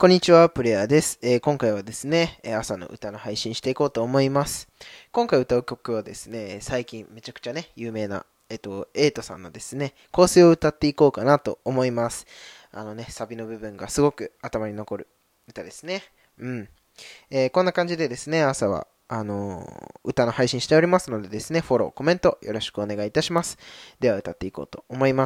こんにちは、プレイヤーです。今回はですね、朝の歌の配信していこうと思います。今回歌う曲はですね、最近めちゃくちゃね、有名な、エイトさんのですね、香水を歌っていこうかなと思います。サビの部分がすごく頭に残る歌ですね。うん。こんな感じでですね、朝は、歌の配信しておりますのでですね、フォロー、コメントよろしくお願いいたします。では歌っていこうと思います。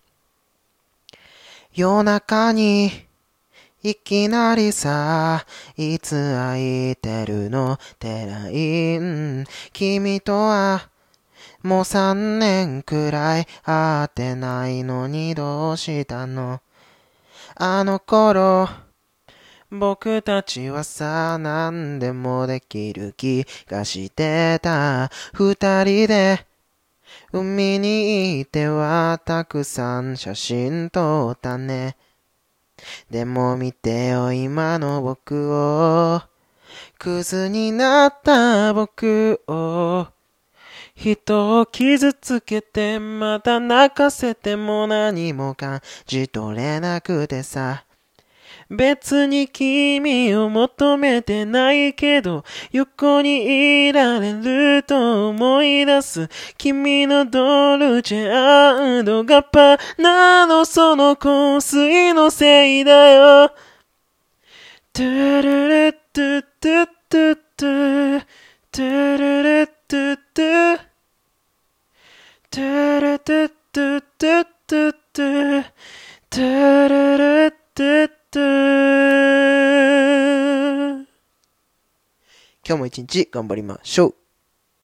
夜中にいきなりさ、いつ空いてるのってライン。君とはもう3年くらい会ってないのにどうしたの？あの頃、僕たちはさ、何でもできる気がしてた。二人で海に行ってはたくさん写真撮ったね。でも見てよ今の僕を、クズになった僕を、人を傷つけてまた泣かせても何も感じ取れなくてさ。別に君を求めてないけど横にいられると思い出す君のドルチェガッパナのその香水のせいだよ。トゥルルトゥトゥトゥトゥトゥルルトゥトゥトゥルトゥトゥトゥトゥトゥトゥルルトゥトゥ。今日も一日頑張りましょう。